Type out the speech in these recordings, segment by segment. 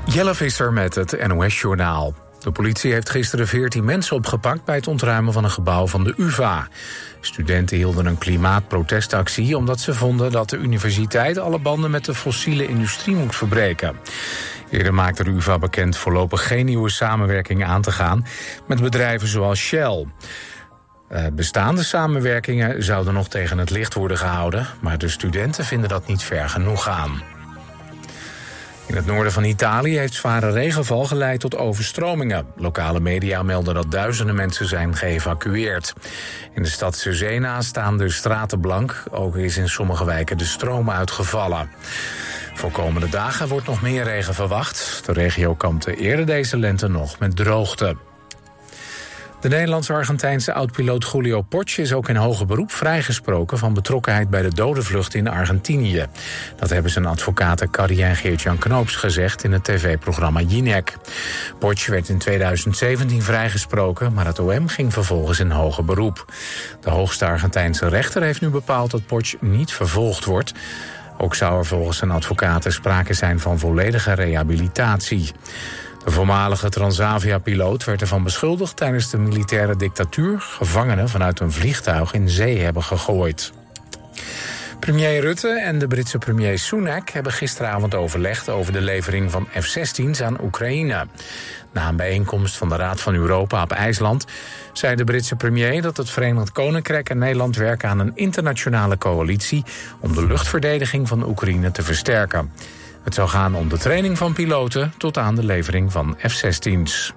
Jelle Visser met het NOS-journaal. De politie heeft gisteren 14 mensen opgepakt bij het ontruimen van een gebouw van de UvA. Studenten hielden een klimaatprotestactie omdat ze vonden dat de universiteit alle banden met de fossiele industrie moet verbreken. Eerder maakte de UvA bekend voorlopig geen nieuwe samenwerking aan te gaan met bedrijven zoals Shell. Bestaande samenwerkingen zouden nog tegen het licht worden gehouden, maar de studenten vinden dat niet ver genoeg gaan. In het noorden van Italië heeft zware regenval geleid tot overstromingen. Lokale media melden dat duizenden mensen zijn geëvacueerd. In de stad Cesena staan de straten blank. Ook is in sommige wijken de stroom uitgevallen. Voor komende dagen wordt nog meer regen verwacht. De regio kampte eerder deze lente nog met droogte. De Nederlands-Argentijnse oud-piloot Julio Porch is ook in hoger beroep vrijgesproken van betrokkenheid bij de dodenvlucht in Argentinië. Dat hebben zijn advocaten Carrie en Geert-Jan Knoops gezegd in het tv-programma Jinek. Porch werd in 2017 vrijgesproken, maar het OM ging vervolgens in hoger beroep. De hoogste Argentijnse rechter heeft nu bepaald dat Porch niet vervolgd wordt. Ook zou er volgens zijn advocaten sprake zijn van volledige rehabilitatie. De voormalige Transavia-piloot werd ervan beschuldigd tijdens de militaire dictatuur gevangenen vanuit een vliegtuig in zee hebben gegooid. Premier Rutte en de Britse premier Sunak hebben gisteravond overlegd over de levering van F-16's aan Oekraïne. Na een bijeenkomst van de Raad van Europa op IJsland zei de Britse premier dat het Verenigd Koninkrijk en Nederland werken aan een internationale coalitie om de luchtverdediging van Oekraïne te versterken. Het zou gaan om de training van piloten tot aan de levering van F-16's.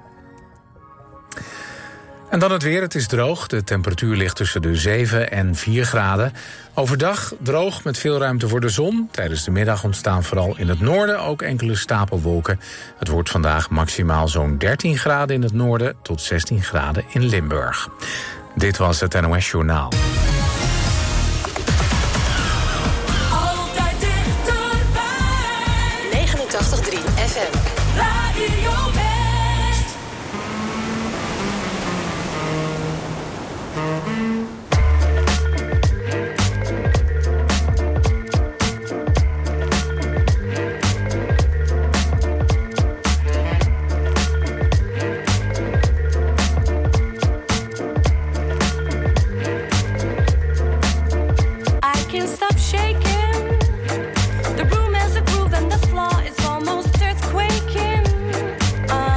En dan het weer. Het is droog. De temperatuur ligt tussen de 7 en 4 graden. Overdag droog met veel ruimte voor de zon. Tijdens de middag ontstaan vooral in het noorden ook enkele stapelwolken. Het wordt vandaag maximaal zo'n 13 graden in het noorden tot 16 graden in Limburg. Dit was het NOS Journaal. Altijd dichterbij. 89.3 FM. Radio West. I can't stop shaking. The room has a groove and the floor is almost earthquaking.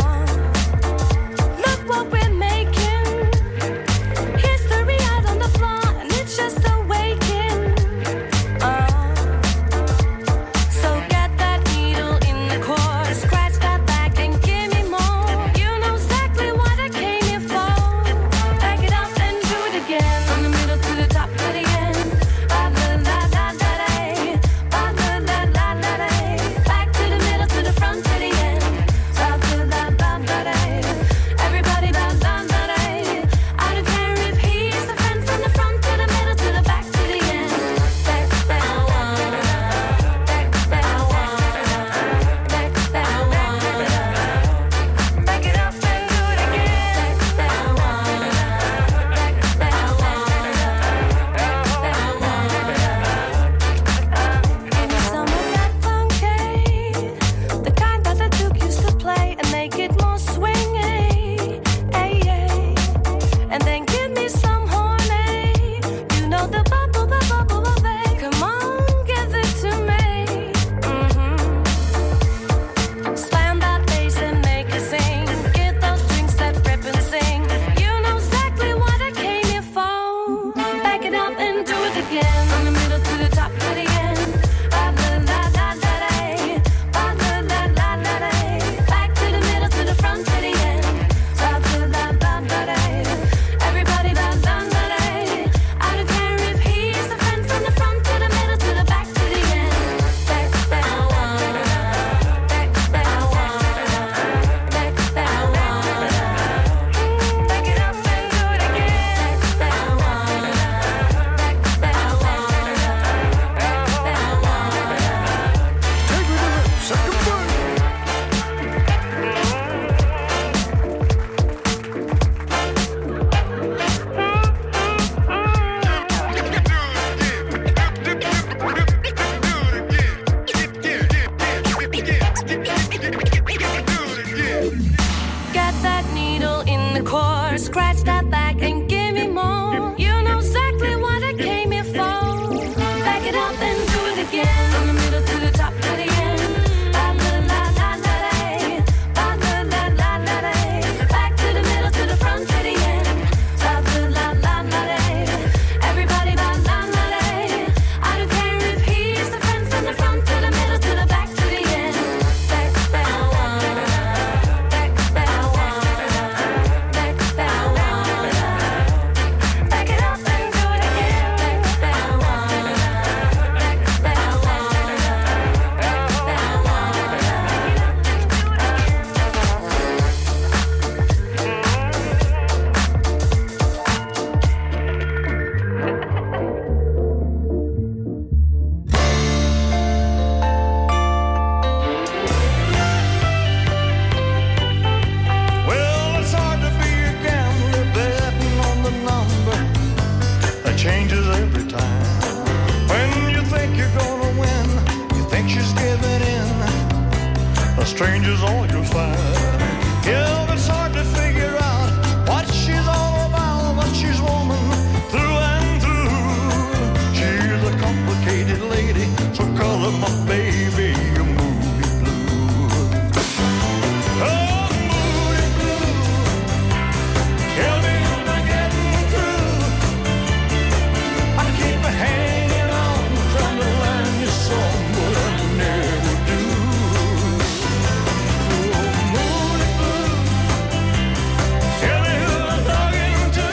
needle in the core. Scratch that back and give me more. You know exactly what I came here for. Back it up and do it again. From the middle to the top to the end. Back to the middle to the front to the end. Everybody I don't care if he's the friend from the front to the middle to the back to the end. Back it up and do it again. Well, it's hard to be a gambler betting on the number that changes every time. When you think you're gonna win, you think she's giving in. A stranger's all you'll find. Yeah, it's hard to figure out what she's all about, but she's woman through and through. She's a complicated lady, so color my baby a moody blue. Oh, moody blue. Tell me am I getting through? I keep hanging on, trying to learn you some, but I never do. Oh, moody blue. Tell me who I'm talking to.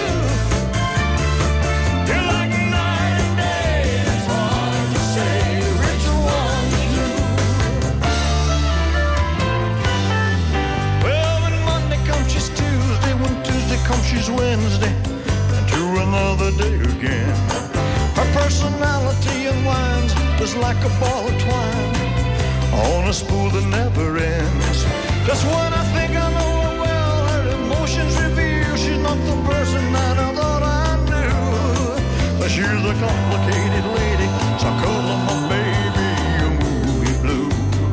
You're like night and day, it's hard to say which one's you. Well, when Monday comes, she's Tuesday. When Tuesday comes, she's Wednesday. And to another day again. Her personality unwinds just like a ball of twine on a spool that never ends. Just when I think I know her well, her emotions reveal she's not the person that I thought I knew. But she's a complicated lady, so I call her my baby a moody blue.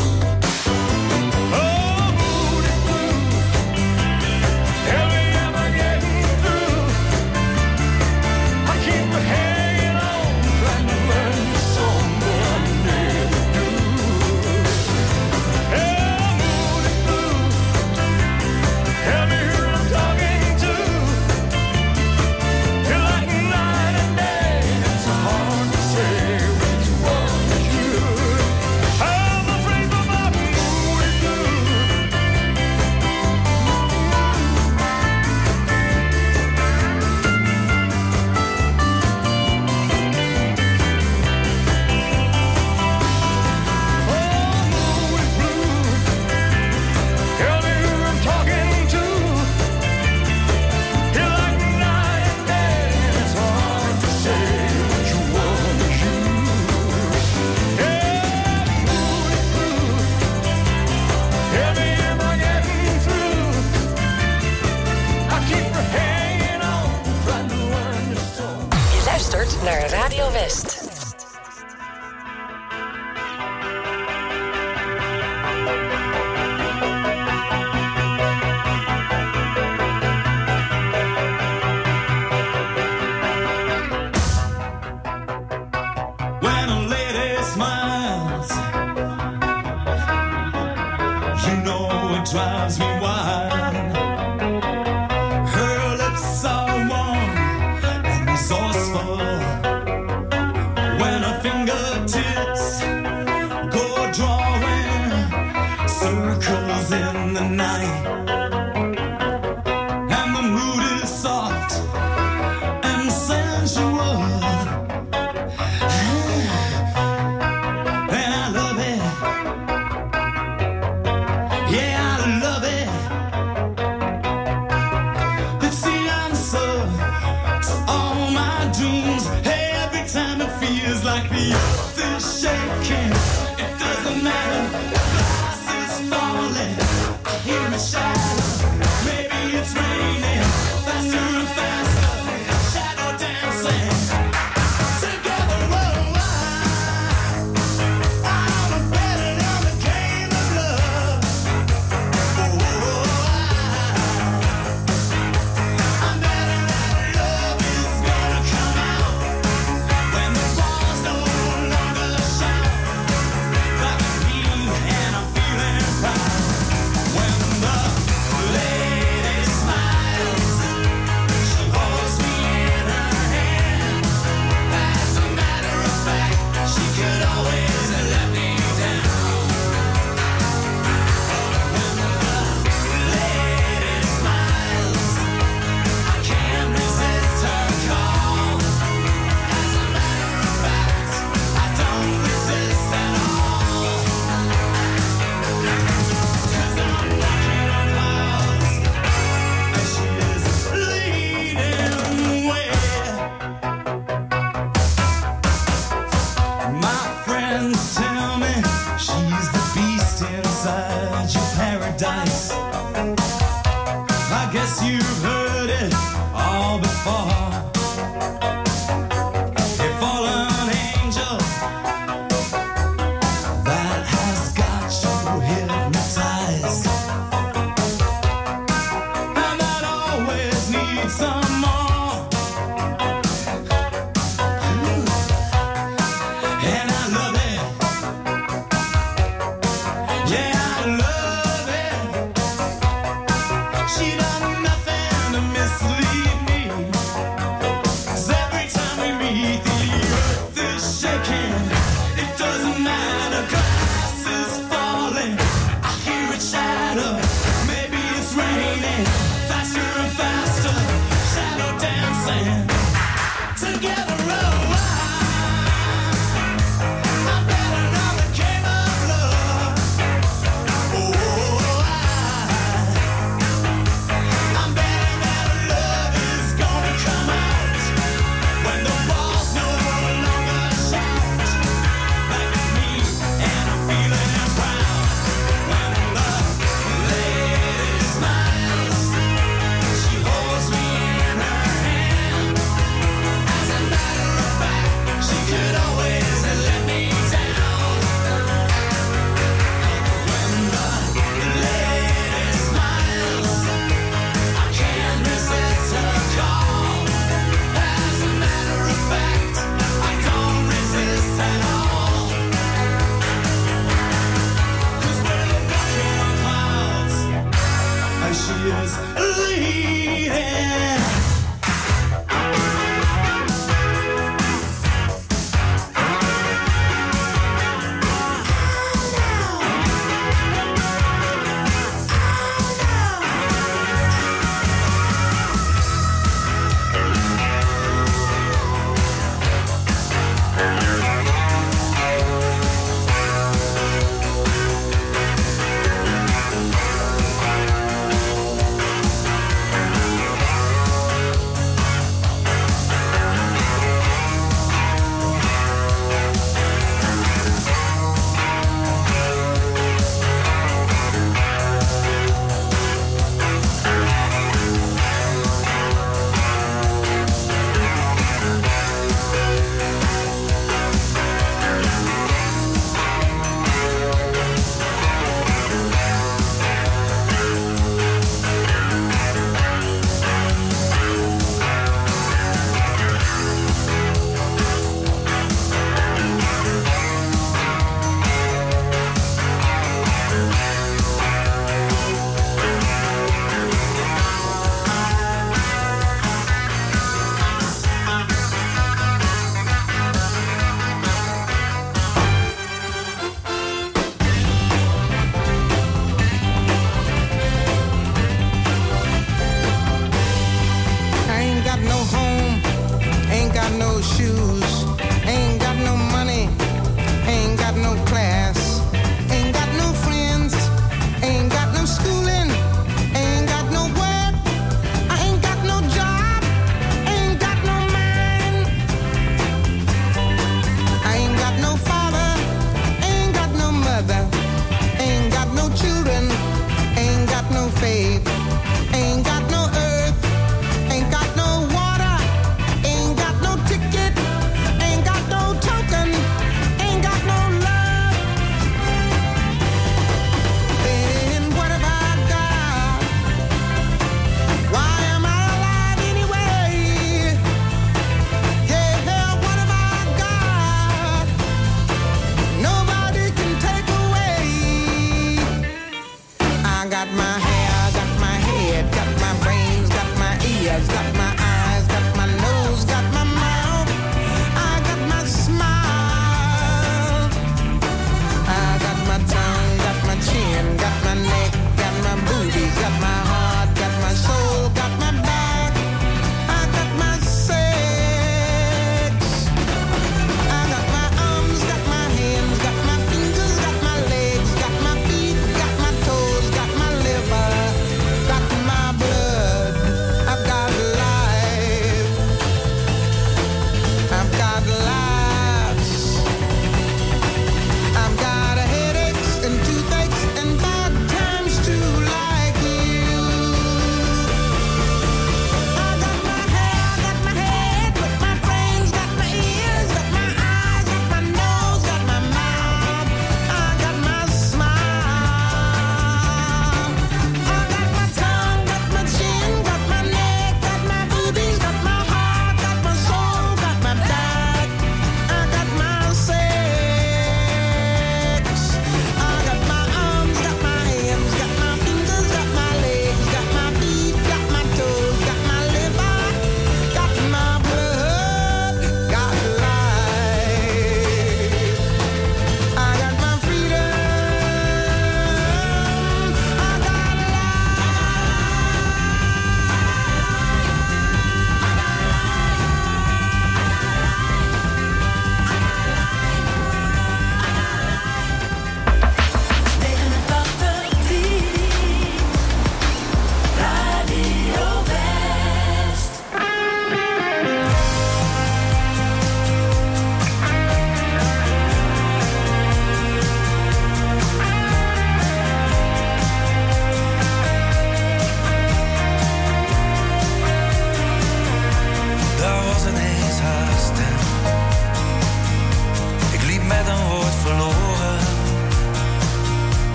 Oh, moody blue. Tell me am I getting through? I keep hanging on, trying to learn the song, but I never do. Hey, moody blue. Tell me who I'm talking to. You're like night and day, it's hard to say which one is you. I'm afraid of my moody blue. Tell me who I'm talking to. You're like night and day, it's hard to say which one is you. Yeah, moody blue. Tell me am I getting through? I keep hanging on, trying to learn the song. Je luistert naar Radio West. When a lady smiles, you know it drives me wild. Her lips are warm and resourceful. When her fingertips go drawing circles in the night, and the mood is soft and sensual. And I love it. Yeah, I love it. It's the answer to all my dreams. Every time it feels like the earth is shaking. It doesn't matter. The glass is falling. I hear it shatter. Maybe it's raining. Faster and faster. Shadow dancing. Together, oh, I'm betting on the game of love. Oh, paradise. I guess you've heard it all before. A fallen angel that has got you hypnotized, and that always needs some more. And I love it. Yeah, I love it. She done nothing to mislead me. 'Cause every time we meet, the earth is shaking. It doesn't matter, glass is falling. I hear it shatter. Maybe it's raining. Faster and faster. Shadow dancing. Together, oh, I'm better now the game of love. Oh, I'm better that love is gonna come out when the walls no longer shout back at me, and I'm feeling proud when the lady smiles. She holds me in her hand. As a matter of fact, she could always let me down. When the lady smiles, I can't resist her call. As a matter of fact, I don't resist at all. 'Cause we're walking on clouds as she is leading. I ain't got no home, ain't got no shoes, ain't got no money, ain't got no class, ain't got no friends, ain't got no schooling, ain't got no work, I ain't got no job, ain't got no mind. I ain't got no father, ain't got no mother, ain't got no children, ain't got no faith, ain't got no earth, ain't got no water, ain't got no ticket, ain't got no token, ain't got no love. Then what have I got? Why am I alive anyway? Yeah, what have I got? Nobody can take away. I got my hair, got my head, got my brains, got my ears, got my eyes, got my nose, got my mouth. I got my smile. I got my tongue, got my chin, got my neck, got my booty, got my heart, got my soul, got my back. I got my sex. I got my arms, got my hands, got my fingers, got my legs, got my feet, got my toes, got my liver, got my blood. I've got life.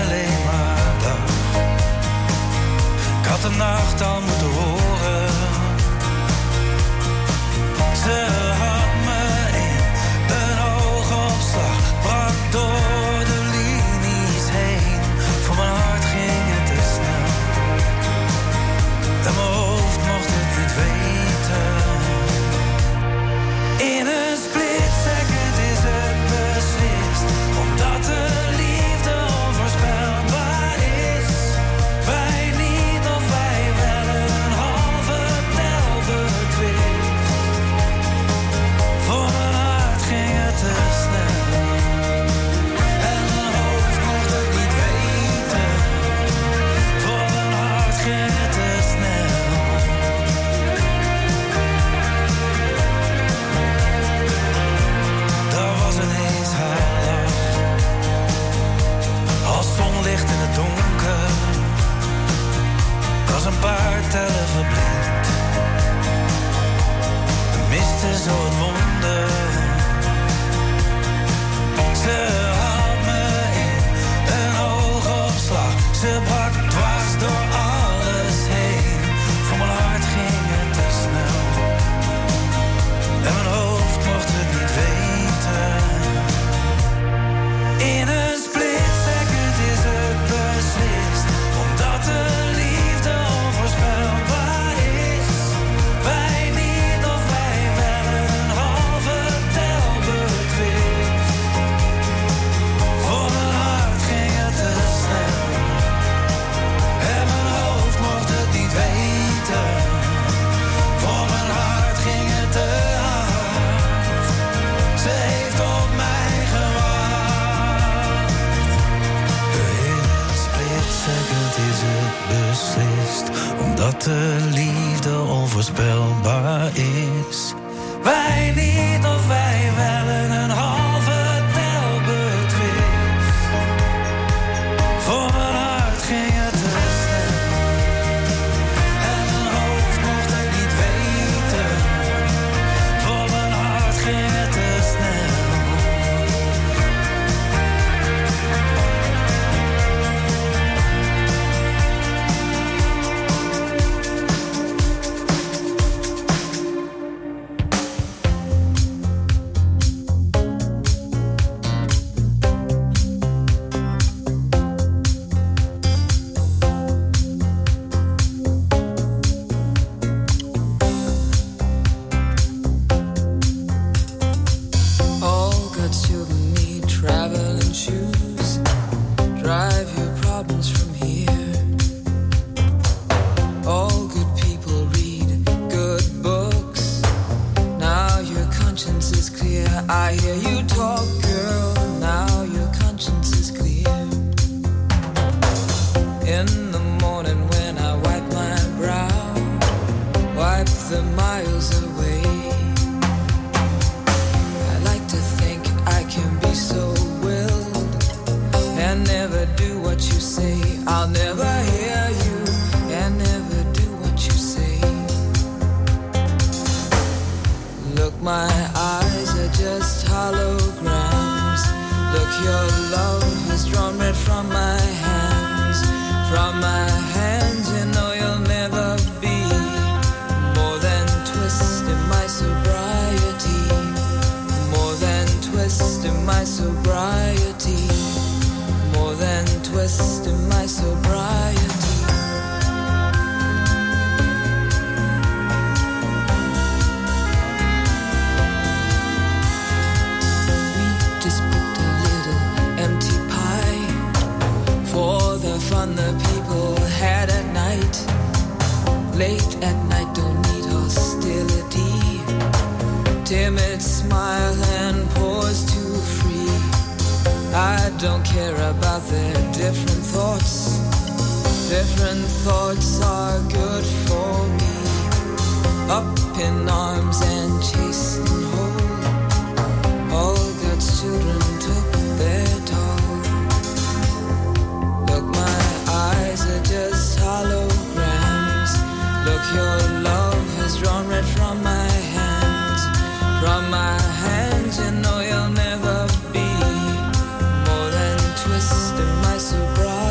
alleen maar dag. Ik had de nacht al moeten horen. Ze had me in een oogopslag, brak door de linies heen. Voor mijn hart ging het te snel. En mijn hoofd mocht het niet weten. In een split second is het beslist, omdat de liefde onvoorspelbaar is. Wij niet of wij wel een halve tel betwist. Voor mijn hart ging het te snel. En mijn hoofd mocht het niet weten. Voor mijn hart ging het te snel. Daar was ineens haar lach, als zonlicht in het donker. Ik was een paar tellen verblind. We misten zo het wonder. Ze had me in een oogopslag. Ze brak dwars door alles heen. Voor mijn hart ging het te snel. En mijn hoofd mocht het niet weten. In een split second is het beslist, omdat de liefde onvoorspelbaar is. Wij niet of wij wel een halve tel betwist. Voor mijn hart ging het te snel. En mijn hoofd mocht het niet weten. Voor mijn hart ging het te hard. Ze heeft op mij gewacht. In een split second is het beslist, omdat de liefde onvoorspelbaar is. Wij niet of wij wel een halve tel betwist. Voor mijn hart ging het te snel. En mijn hoofd mocht het niet weten. Voor mijn hart ging het te snel. All good children need traveling shoes. Drive your problems from here. All good people read good books. Now your conscience is clear. I hear you talk, girl. Now your conscience is clear. In the morning when I wipe my brow, wipe the miles away. I like to think I can be so willed and never do what you say. I'll never hear you and never do what you say. Look, my eyes are just holograms. Look, your love has drawn red from my hands. From my hands, you know you'll never be more than twist in my sobriety. More than twist in my sobriety. More than twist in my sobriety. We just booked a little empty pie for the fun the people had at night. Late at night, don't need hostility. Timid smile and pause too free. I don't care about their different thoughts. Different thoughts are good for me. Up in arms and chasing home. All God's children took their toll. Look, my eyes are just holograms. Look, your love has drawn red from my hands. From my hands, you know you'll never be more than twist in my sobriety.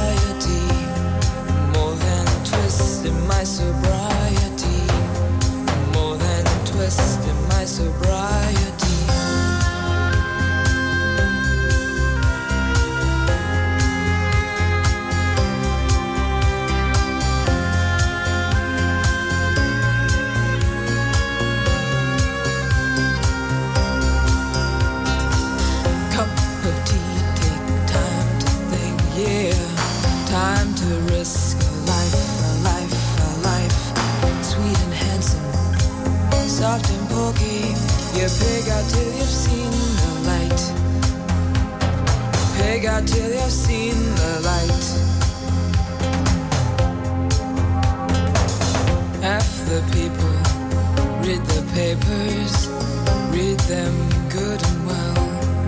them good and well.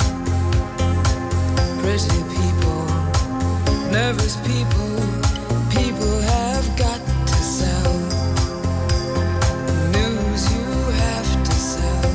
Pretty people, nervous people, people have got to sell. News you have to sell.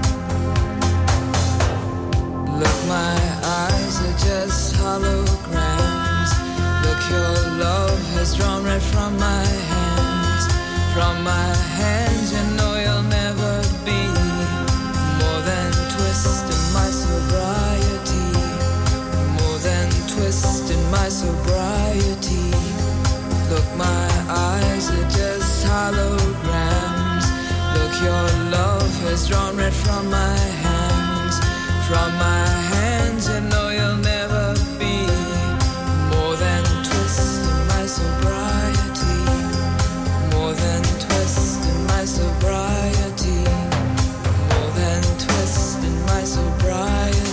Look, my eyes are just holograms. Look, your love has drawn red from my hands. From my hands, you know you'll never be more than twist in my sobriety. More than twist in my sobriety. Look, my eyes are just holograms. Look, your love has drawn red from my hands. From my hands, you know you'll never be more than twist in my sobriety. More than twist in my sobriety. More than twist in my sobriety.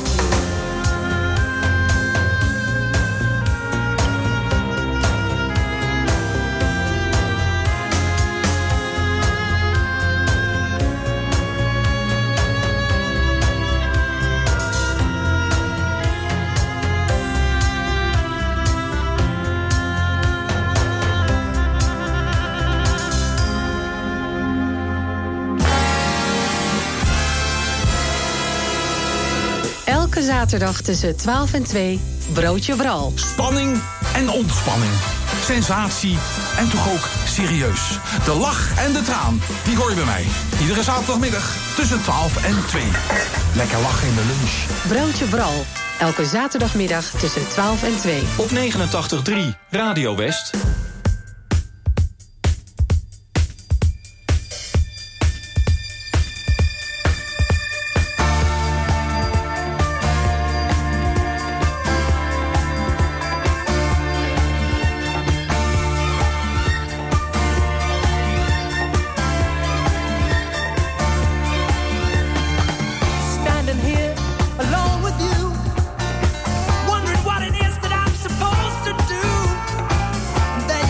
Elke zaterdag tussen 12 en 2, Broodje Bral. Spanning en ontspanning. Sensatie en toch ook serieus. De lach en de traan, die hoor je bij mij. Iedere zaterdagmiddag tussen 12 en 2. Lekker lachen in de lunch. Broodje Bral. Elke zaterdagmiddag tussen 12 en 2. Op 89.3 Radio West. Wondering what it is that I'm supposed to do.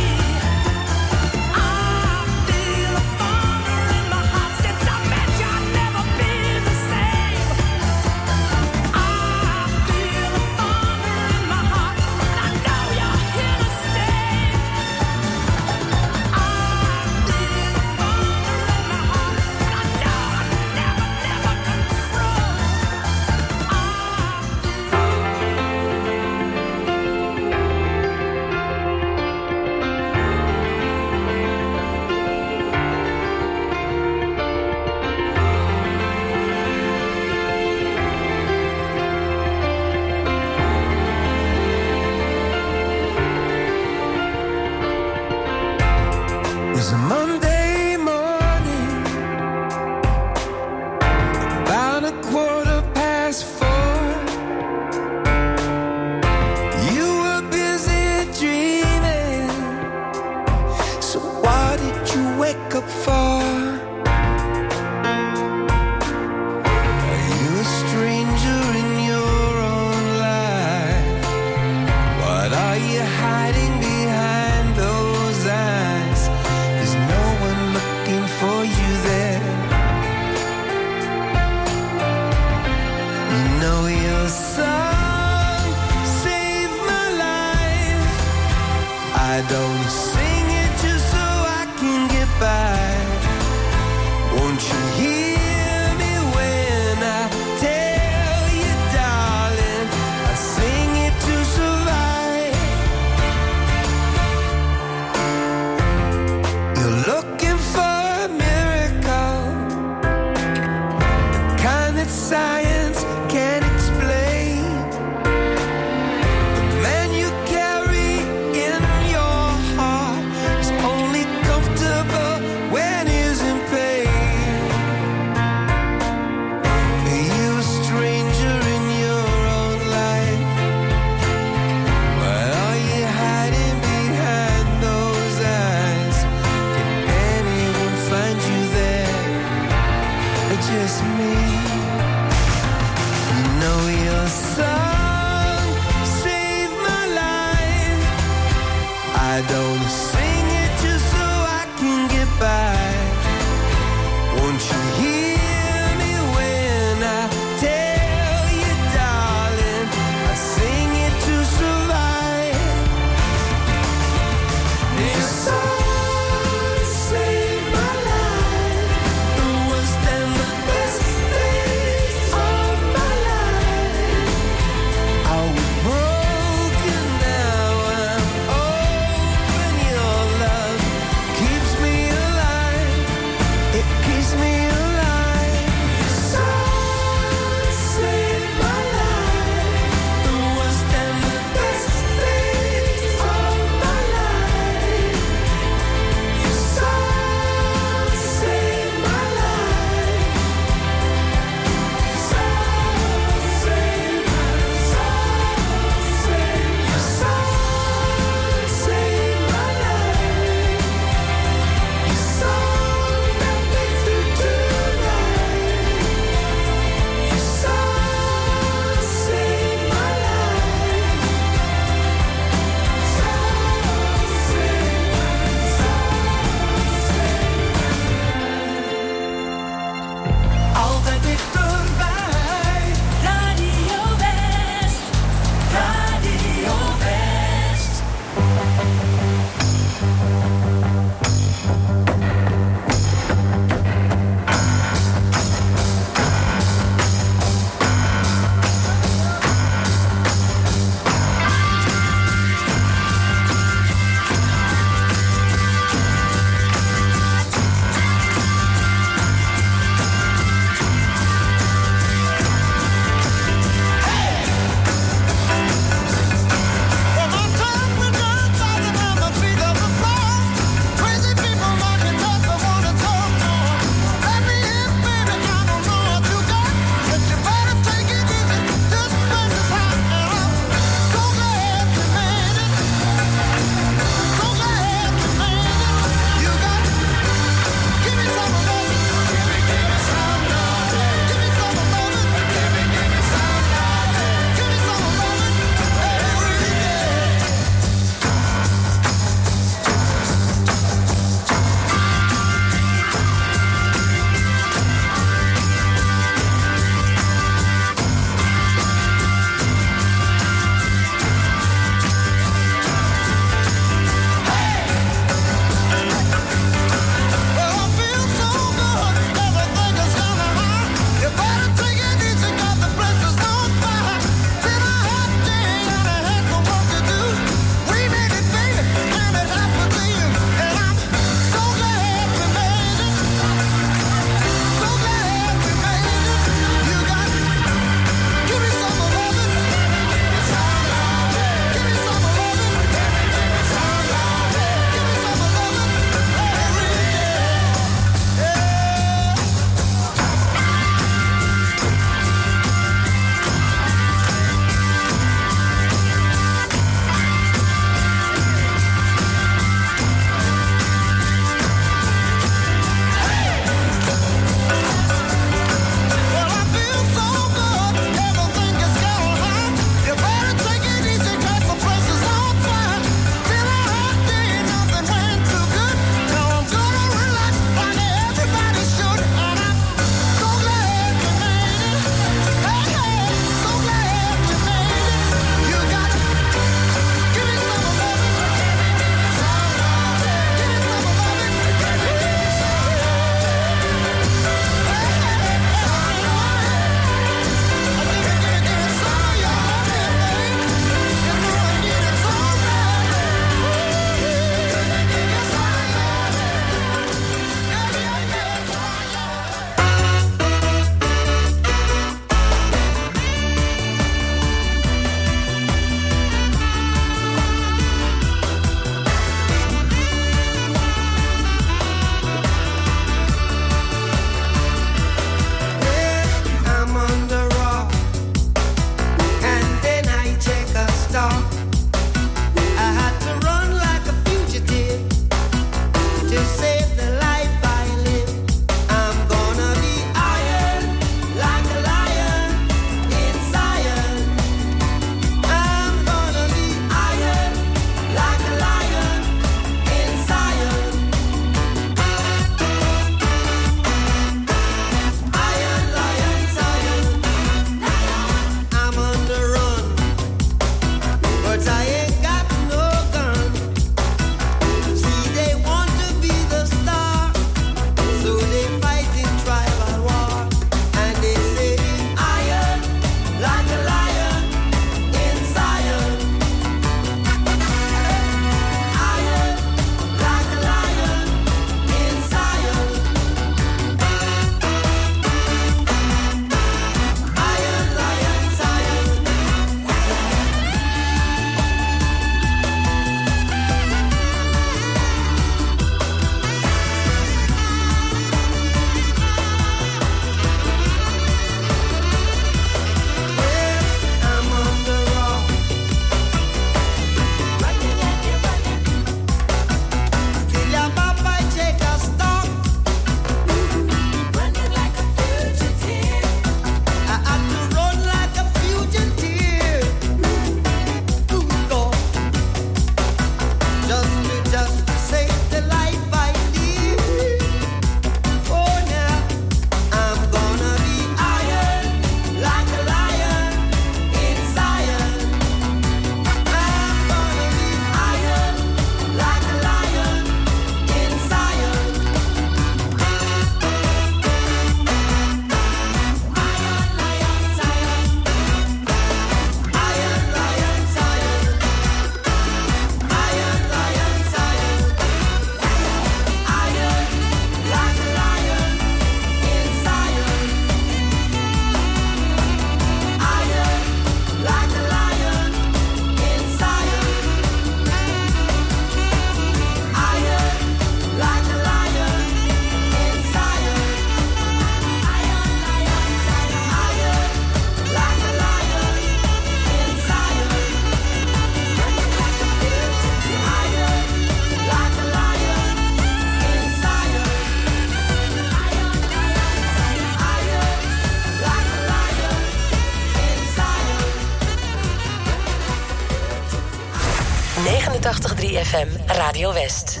89.3 FM Radio West.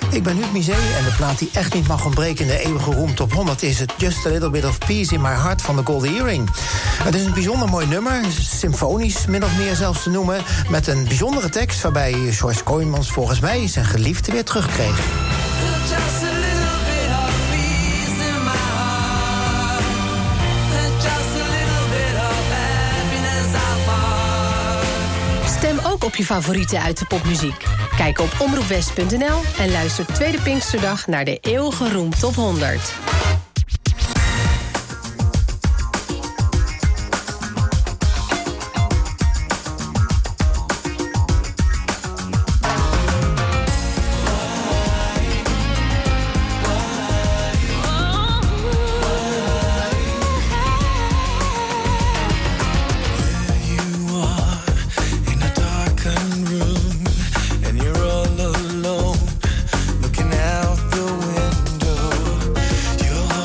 Ik ben Huub Misé en de plaat die echt niet mag ontbreken in de eeuwige roem top 100 is het Just a Little Bit of Peace in My Heart van de Golden Earring. Het is een bijzonder mooi nummer, symfonisch min of meer zelfs te noemen, met een bijzondere tekst waarbij George Kooijmans volgens mij zijn geliefde weer terugkreeg. Just a little bit of peace in my heart. Just a little bit of happiness I find. Stem ook op je favorieten uit de popmuziek. Kijk op omroepwest.nl en luister tweede Pinksterdag naar de eeuwige roem top 100. Looking out the window, your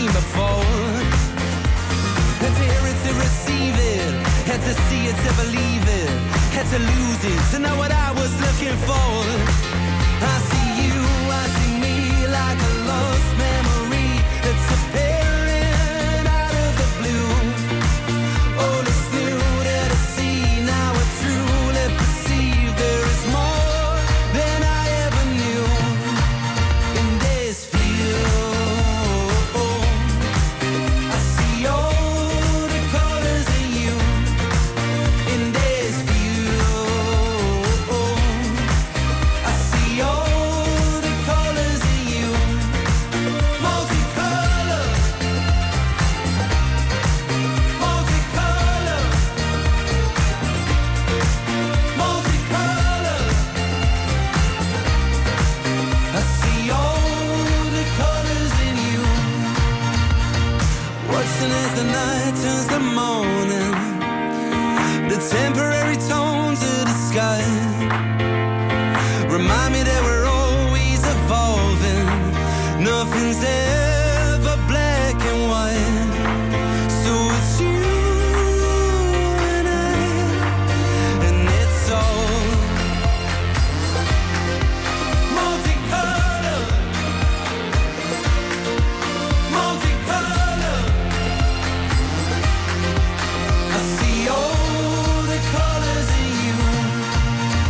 seen before. Had to hear it to receive it, had to see it to believe it, had to lose it to know what I was looking for. I see you, I see me like a lost memory that's appearing out of the blue. All is new that I see, now I truly perceive there is more than I ever knew in this view. I see all the colors in you in this view. I see all the colors in you, multicolor, multicolor, multicolor. I see all the colors in you. Watching as the night turns to morning, the temporary tones of the sky remind me that we're always evolving. Nothing's ever black and white. So it's you and I, and it's all multicolor, multicolor. I see all the colors in you.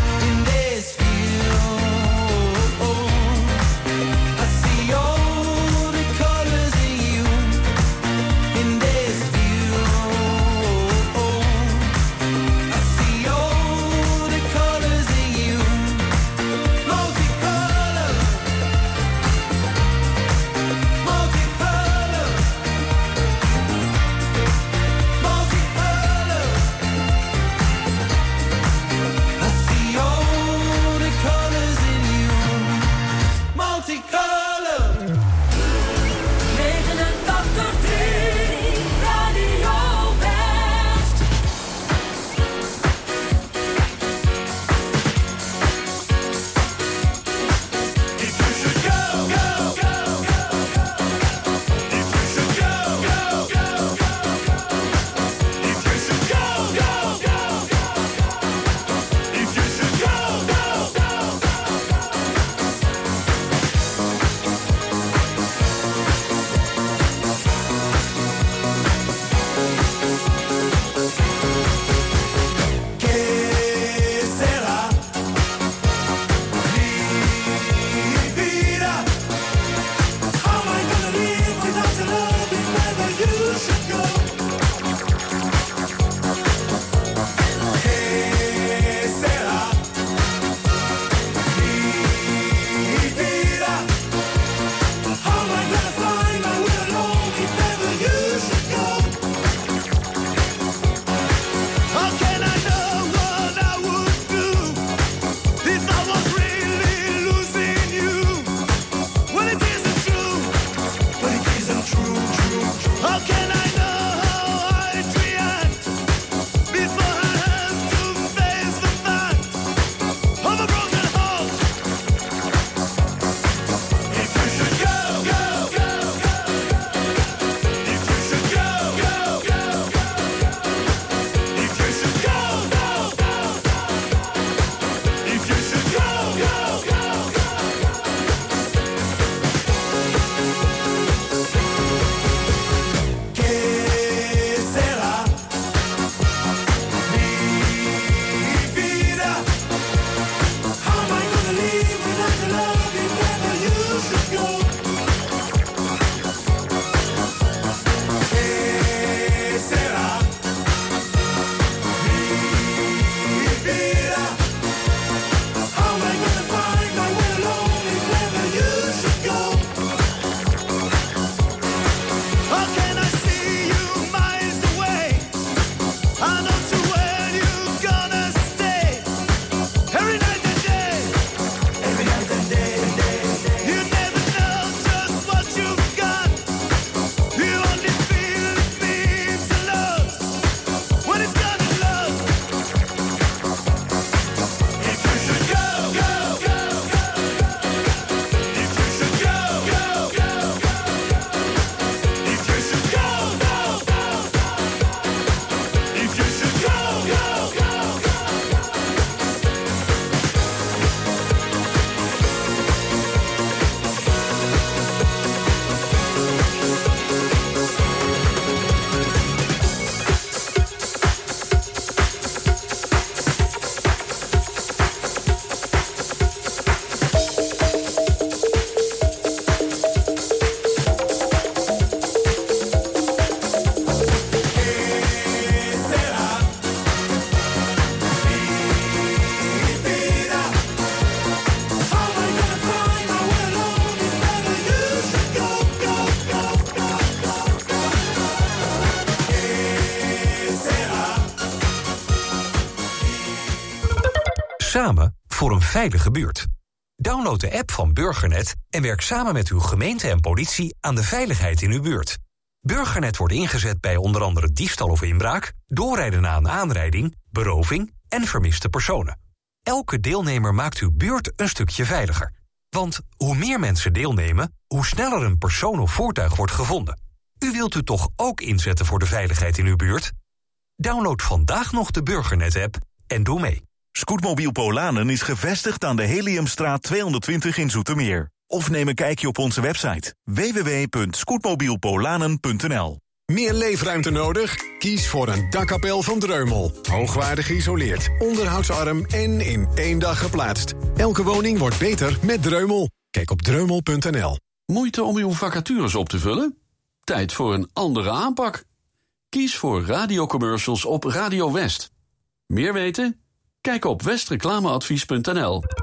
samen voor een veilige buurt. Download de app van Burgernet en werk samen met uw gemeente en politie aan de veiligheid in uw buurt. Burgernet wordt ingezet bij onder andere diefstal of inbraak, doorrijden na een aanrijding, beroving en vermiste personen. Elke deelnemer maakt uw buurt een stukje veiliger. Want hoe meer mensen deelnemen, hoe sneller een persoon of voertuig wordt gevonden. U wilt u toch ook inzetten voor de veiligheid in uw buurt? Download vandaag nog de Burgernet-app en doe mee. Scootmobiel Polanen is gevestigd aan de Heliumstraat 220 in Zoetermeer. Of neem een kijkje op onze website www.scootmobielpolanen.nl. Meer leefruimte nodig? Kies voor een dakkapel van Dreumel. Hoogwaardig geïsoleerd, onderhoudsarm en in 1 dag geplaatst. Elke woning wordt beter met Dreumel. Kijk op dreumel.nl. Moeite om uw vacatures op te vullen? Tijd voor een andere aanpak. Kies voor radiocommercials op Radio West. Meer weten? Kijk op westreclameadvies.nl.